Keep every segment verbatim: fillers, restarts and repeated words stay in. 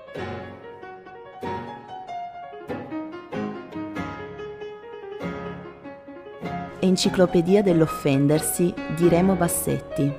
Enciclopedia dell'offendersi di Remo Bassetti.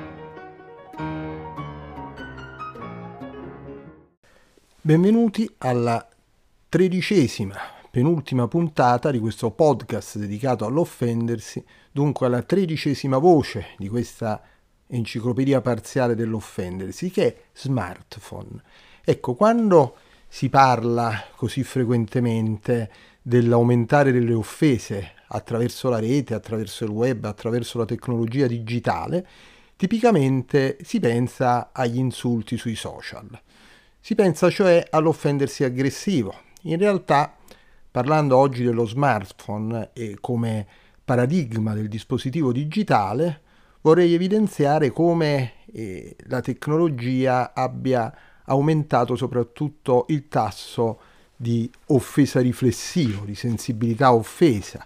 Benvenuti alla tredicesima, penultima puntata di questo podcast dedicato all'offendersi, dunque alla tredicesima voce di questa enciclopedia parziale dell'offendersi, che è smartphone. Ecco, quando si parla così frequentemente dell'aumentare delle offese attraverso la rete, attraverso il web, attraverso la tecnologia digitale, tipicamente si pensa agli insulti sui social. Si pensa cioè all'offendersi aggressivo. In realtà, parlando oggi dello smartphone e come paradigma del dispositivo digitale, vorrei evidenziare come eh, la tecnologia abbia aumentato soprattutto il tasso di offesa riflessivo, di sensibilità offesa.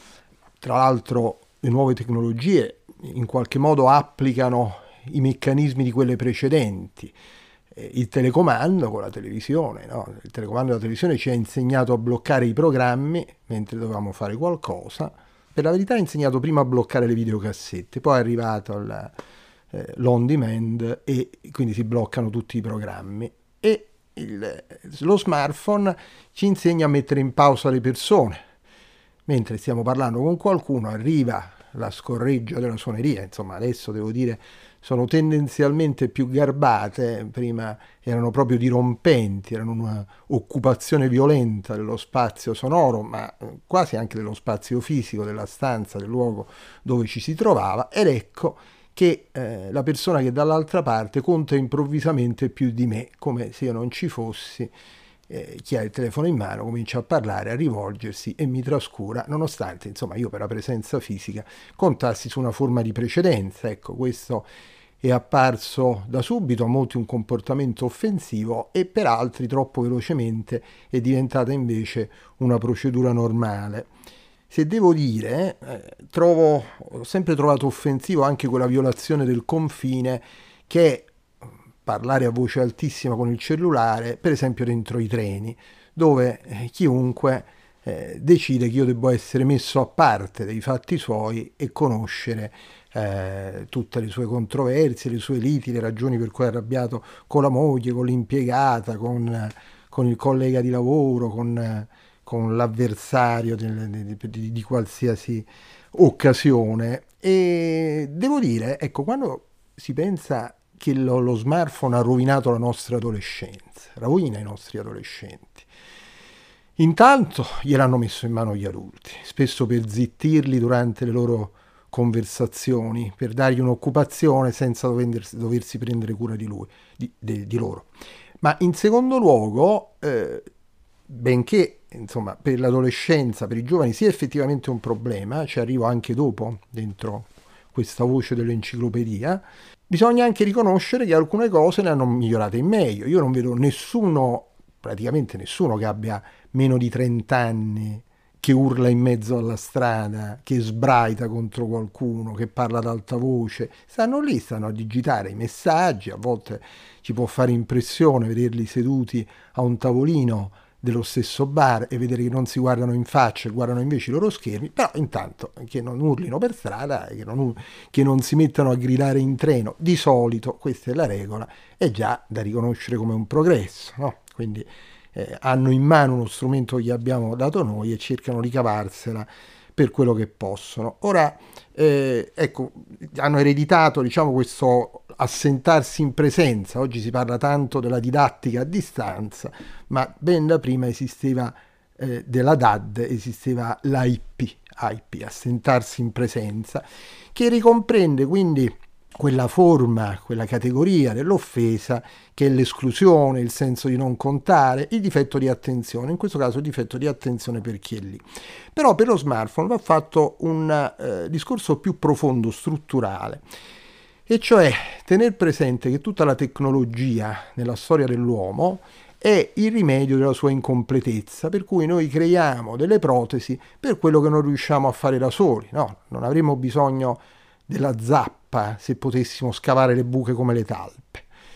Tra l'altro le nuove tecnologie in qualche modo applicano i meccanismi di quelle precedenti. Eh, il telecomando con la televisione, no? Il telecomando della televisione ci ha insegnato a bloccare i programmi mentre dovevamo fare qualcosa. Per la verità ha insegnato prima a bloccare le videocassette, poi è arrivato il, eh, l'on demand e quindi si bloccano tutti i programmi. E il, lo smartphone ci insegna a mettere in pausa le persone. Mentre stiamo parlando con qualcuno, arriva la scorreggia della suoneria, insomma adesso devo dire sono tendenzialmente più garbate, prima erano proprio dirompenti, erano un'occupazione violenta dello spazio sonoro, ma quasi anche dello spazio fisico, della stanza, del luogo dove ci si trovava, ed ecco che eh, la persona che dall'altra parte conta improvvisamente più di me, come se io non ci fossi. Eh, chi ha il telefono in mano comincia a parlare, a rivolgersi e mi trascura, nonostante insomma io per la presenza fisica contassi su una forma di precedenza. Ecco, questo è apparso da subito a molti un comportamento offensivo e per altri troppo velocemente è diventata invece una procedura normale. Se devo dire, eh, trovo, ho sempre trovato offensivo anche quella violazione del confine che è parlare a voce altissima con il cellulare, per esempio dentro i treni, dove eh, chiunque eh, decide che io devo essere messo a parte dei fatti suoi e conoscere eh, tutte le sue controversie, le sue liti, le ragioni per cui è arrabbiato con la moglie, con l'impiegata, con, con il collega di lavoro, con, con l'avversario di, di, di qualsiasi occasione. E devo dire, ecco, quando si pensa che lo, lo smartphone ha rovinato la nostra adolescenza, rovina i nostri adolescenti. Intanto gliel'hanno messo in mano gli adulti, spesso per zittirli durante le loro conversazioni, per dargli un'occupazione senza doversi, doversi prendere cura di lui, di, di, di loro. Ma in secondo luogo, eh, benché insomma per l'adolescenza, per i giovani sia effettivamente un problema, ci arrivo anche dopo dentro questa voce dell'enciclopedia, bisogna anche riconoscere che alcune cose le hanno migliorate in meglio. Io non vedo nessuno, praticamente nessuno che abbia meno di trenta anni, che urla in mezzo alla strada, che sbraita contro qualcuno, che parla ad alta voce. Stanno lì, stanno a digitare i messaggi, a volte ci può fare impressione vederli seduti a un tavolino dello stesso bar e vedere che non si guardano in faccia e guardano invece i loro schermi, però intanto che non urlino per strada, che non, che non si mettano a gridare in treno, di solito, questa è la regola, è già da riconoscere come un progresso, no? Quindi eh, hanno in mano uno strumento che gli abbiamo dato noi e cercano di cavarsela per quello che possono. Ora, eh, ecco, hanno ereditato, diciamo, questo assentarsi in presenza. Oggi si parla tanto della didattica a distanza, ma ben da prima esisteva eh, della D A D, esisteva l'I P, I P, assentarsi in presenza, che ricomprende quindi quella forma, quella categoria dell'offesa che è l'esclusione, il senso di non contare, il difetto di attenzione, in questo caso il difetto di attenzione per chi è lì. Però per lo smartphone va fatto un eh, discorso più profondo, strutturale, e cioè tener presente che tutta la tecnologia nella storia dell'uomo è il rimedio della sua incompletezza, per cui noi creiamo delle protesi per quello che non riusciamo a fare da soli, no? Non avremmo bisogno della zappa se potessimo scavare le buche come le talpe.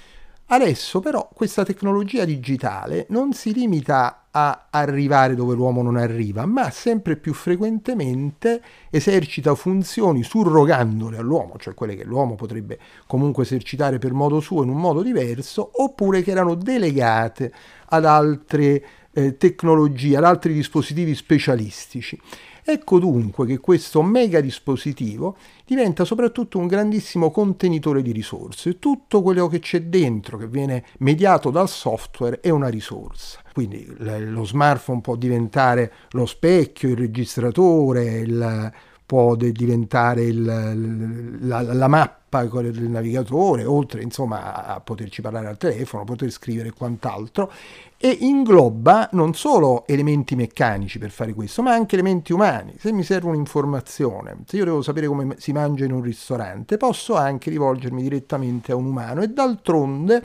Adesso però questa tecnologia digitale non si limita a arrivare dove l'uomo non arriva, ma sempre più frequentemente esercita funzioni surrogandole all'uomo, cioè quelle che l'uomo potrebbe comunque esercitare per modo suo in un modo diverso, oppure che erano delegate ad altre eh, tecnologie, ad altri dispositivi specialistici. Ecco dunque che questo mega dispositivo diventa soprattutto un grandissimo contenitore di risorse. Tutto quello che c'è dentro, che viene mediato dal software, è una risorsa. Quindi lo smartphone può diventare lo specchio, il registratore, il, può diventare il, la, la mappa del navigatore, oltre insomma a poterci parlare al telefono, poter scrivere e quant'altro, e ingloba non solo elementi meccanici per fare questo, ma anche elementi umani. Se mi serve un'informazione, se io devo sapere come si mangia in un ristorante, posso anche rivolgermi direttamente a un umano, e d'altronde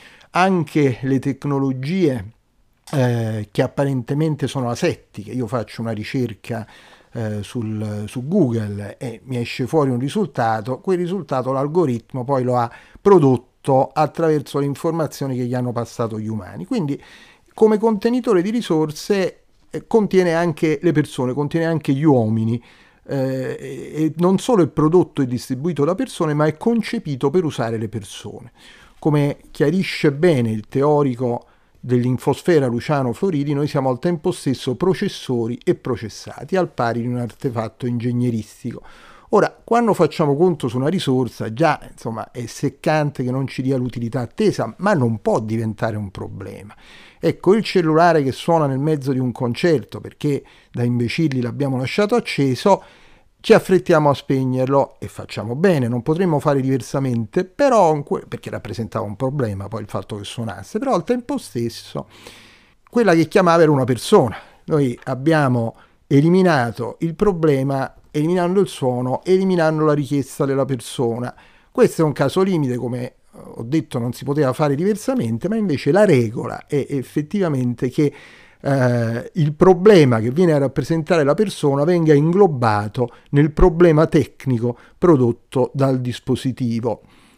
anche le tecnologie eh, che apparentemente sono asettiche, io faccio una ricerca Eh, sul, su Google e mi esce fuori un risultato, quel risultato l'algoritmo poi lo ha prodotto attraverso le informazioni che gli hanno passato gli umani. Quindi come contenitore di risorse eh, contiene anche le persone, contiene anche gli uomini, eh, e non solo è prodotto e distribuito da persone, ma è concepito per usare le persone. Come chiarisce bene il teorico dell'infosfera Luciano Floridi, noi siamo al tempo stesso processori e processati, al pari di un artefatto ingegneristico. Ora, quando facciamo conto su una risorsa, già insomma è seccante che non ci dia l'utilità attesa, ma non può diventare un problema. Ecco, il cellulare che suona nel mezzo di un concerto perché da imbecilli l'abbiamo lasciato acceso, ci affrettiamo a spegnerlo e facciamo bene, non potremmo fare diversamente, però perché rappresentava un problema poi il fatto che suonasse, però al tempo stesso quella che chiamava era una persona. Noi abbiamo eliminato il problema eliminando il suono, eliminando la richiesta della persona. Questo è un caso limite, come ho detto non si poteva fare diversamente, ma invece la regola è effettivamente che Uh, il problema che viene a rappresentare la persona venga inglobato nel problema tecnico prodotto dal dispositivo.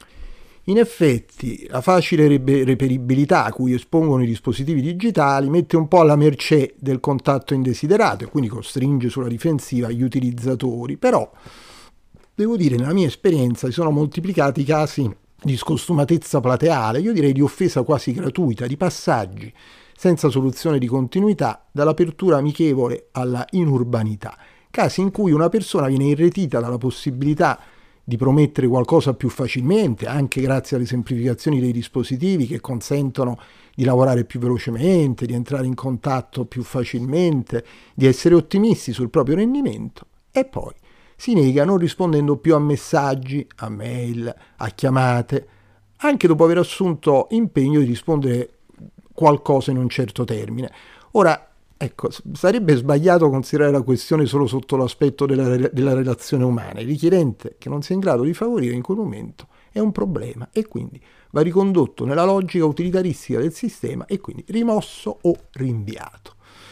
In effetti, la facile reperibilità a cui espongono i dispositivi digitali mette un po' alla mercé del contatto indesiderato e quindi costringe sulla difensiva gli utilizzatori, però devo dire, nella mia esperienza si sono moltiplicati i casi di scostumatezza plateale, io direi di offesa quasi gratuita, di passaggi senza soluzione di continuità, dall'apertura amichevole alla inurbanità. Casi in cui una persona viene irretita dalla possibilità di promettere qualcosa più facilmente, anche grazie alle semplificazioni dei dispositivi che consentono di lavorare più velocemente, di entrare in contatto più facilmente, di essere ottimisti sul proprio rendimento, e poi si nega non rispondendo più a messaggi, a mail, a chiamate, anche dopo aver assunto impegno di rispondere qualcosa in un certo termine. Ora, ecco, sarebbe sbagliato considerare la questione solo sotto l'aspetto della, della relazione umana. Il richiedente che non sia in grado di favorire in quel momento è un problema e quindi va ricondotto nella logica utilitaristica del sistema e quindi rimosso o rinviato.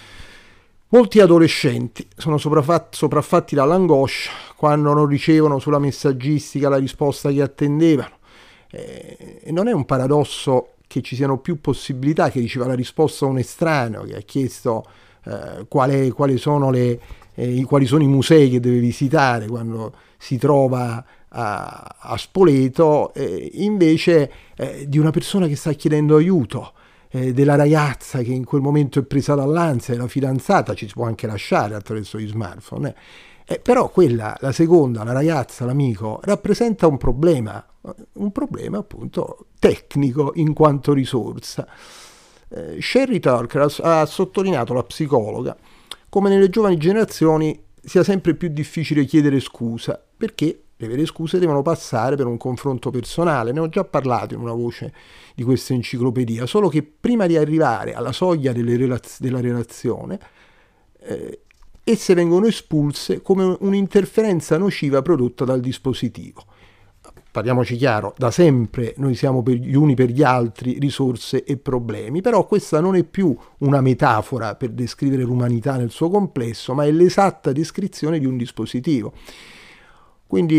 Molti adolescenti sono sopraffatti, sopraffatti dall'angoscia quando non ricevono sulla messaggistica la risposta che attendevano. Eh, e non è un paradosso che ci siano più possibilità che riceva la risposta a un estraneo che ha chiesto eh, quale, quali, sono le, eh, quali sono i musei che deve visitare quando si trova a, a Spoleto, eh, invece eh, di una persona che sta chiedendo aiuto, eh, della ragazza che in quel momento è presa dall'ansia, della fidanzata, ci si può anche lasciare attraverso gli smartphone. Eh. Eh, però quella, la seconda, la ragazza, l'amico, rappresenta un problema, un problema appunto tecnico in quanto risorsa. Eh, Sherry Turkle ha, ha sottolineato, la psicologa, come nelle giovani generazioni sia sempre più difficile chiedere scusa, perché le vere scuse devono passare per un confronto personale. Ne ho già parlato in una voce di questa enciclopedia, solo che prima di arrivare alla soglia delle relaz- della relazione, eh, esse vengono espulse come un'interferenza nociva prodotta dal dispositivo. Parliamoci chiaro, da sempre noi siamo per gli uni per gli altri risorse e problemi, però questa non è più una metafora per descrivere l'umanità nel suo complesso, ma è l'esatta descrizione di un dispositivo. Quindi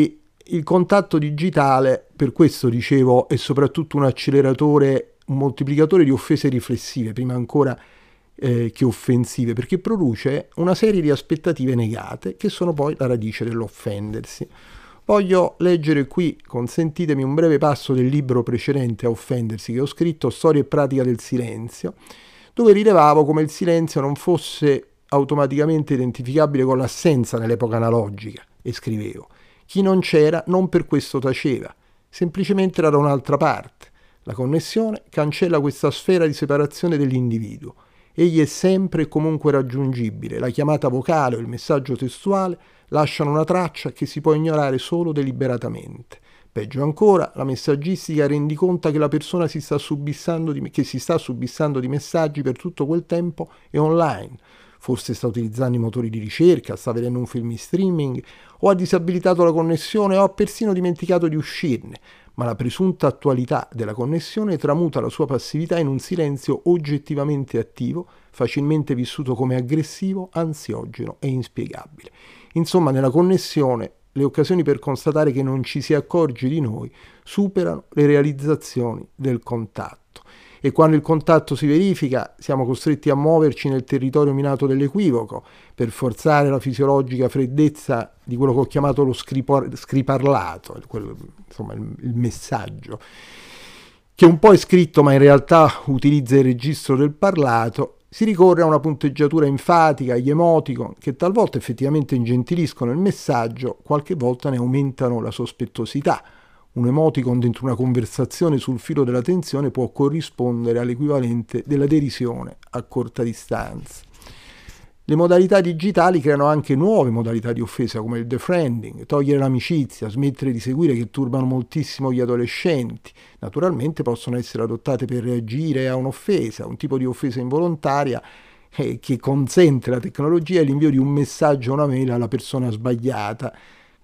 Il contatto digitale, per questo dicevo, è soprattutto un acceleratore, un moltiplicatore di offese riflessive, prima ancora eh, che offensive, perché produce una serie di aspettative negate che sono poi la radice dell'offendersi. Voglio leggere qui, consentitemi, un breve passo del libro precedente a Offendersi che ho scritto, Storia e pratica del silenzio, dove rilevavo come il silenzio non fosse automaticamente identificabile con l'assenza nell'epoca analogica, e scrivevo: chi non c'era non per questo taceva, semplicemente era da un'altra parte. La connessione cancella questa sfera di separazione dell'individuo. Egli è sempre e comunque raggiungibile, la chiamata vocale o il messaggio testuale lasciano una traccia che si può ignorare solo deliberatamente. Peggio ancora, la messaggistica rendiconta che la persona si sta subissando di, che si sta subissando di messaggi per tutto quel tempo è online. Forse sta utilizzando i motori di ricerca, sta vedendo un film in streaming, o ha disabilitato la connessione o ha persino dimenticato di uscirne. Ma la presunta attualità della connessione tramuta la sua passività in un silenzio oggettivamente attivo, facilmente vissuto come aggressivo, ansiogeno e inspiegabile. Insomma, nella connessione le occasioni per constatare che non ci si accorge di noi superano le realizzazioni del contatto. E quando il contatto si verifica, siamo costretti a muoverci nel territorio minato dell'equivoco per forzare la fisiologica freddezza di quello che ho chiamato lo scripor- scriparlato, quello, insomma il, il messaggio, che un po' è scritto ma in realtà utilizza il registro del parlato. Si ricorre a una punteggiatura enfatica, agli emoticon, che talvolta effettivamente ingentiliscono il messaggio, qualche volta ne aumentano la sospettosità. Un emoticon dentro una conversazione sul filo della tensione può corrispondere all'equivalente della derisione a corta distanza. Le modalità digitali creano anche nuove modalità di offesa come il defriending, togliere l'amicizia, smettere di seguire, che turbano moltissimo gli adolescenti. Naturalmente possono essere adottate per reagire a un'offesa, un tipo di offesa involontaria eh, che consente la tecnologia l'invio di un messaggio o una mail alla persona sbagliata,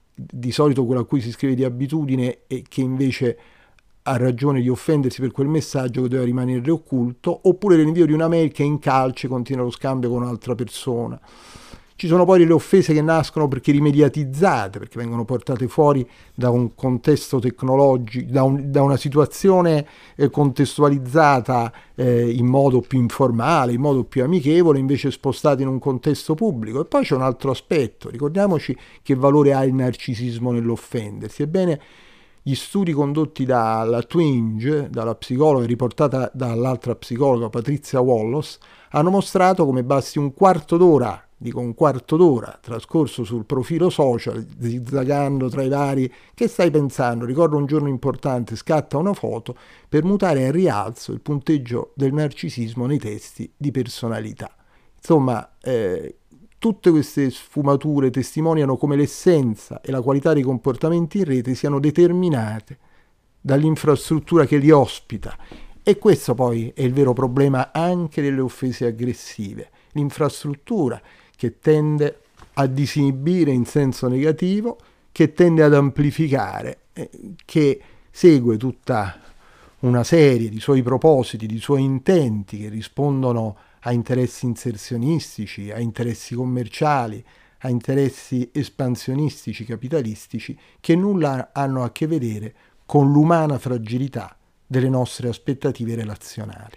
di solito quello a cui si scrive di abitudine e che invece ha ragione di offendersi per quel messaggio che doveva rimanere occulto, oppure l'invio di una mail che in calce contiene lo scambio con un'altra persona. Ci sono poi le offese che nascono perché rimediatizzate, perché vengono portate fuori da un contesto tecnologico, da, un, da una situazione eh, contestualizzata eh, in modo più informale, in modo più amichevole, invece spostate in un contesto pubblico. E poi c'è un altro aspetto, ricordiamoci che valore ha il narcisismo nell'offendersi. Ebbene, gli studi condotti dalla Twenge, dalla psicologa, riportata dall'altra psicologa Patricia Wallace, hanno mostrato come basti un quarto d'ora, dico un quarto d'ora, trascorso sul profilo social, zizzagando tra i vari, che stai pensando, ricordo un giorno importante, scatta una foto, per mutare al rialzo il punteggio del narcisismo nei testi di personalità. Insomma, eh, tutte queste sfumature testimoniano come l'essenza e la qualità dei comportamenti in rete siano determinate dall'infrastruttura che li ospita. E questo poi è il vero problema anche delle offese aggressive. L'infrastruttura che tende a disinibire in senso negativo, che tende ad amplificare, eh, che segue tutta una serie di suoi propositi, di suoi intenti che rispondono a interessi inserzionistici, a interessi commerciali, a interessi espansionistici, capitalistici, che nulla hanno a che vedere con l'umana fragilità delle nostre aspettative relazionali.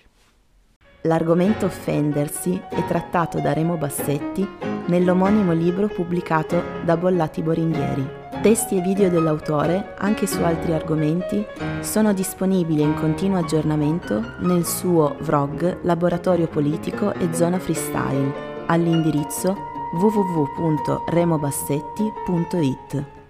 L'argomento offendersi è trattato da Remo Bassetti nell'omonimo libro pubblicato da Bollati Boringhieri. Testi e video dell'autore, anche su altri argomenti, sono disponibili in continuo aggiornamento nel suo vlog Laboratorio Politico e Zona Freestyle all'indirizzo w w w punto remobassetti punto it.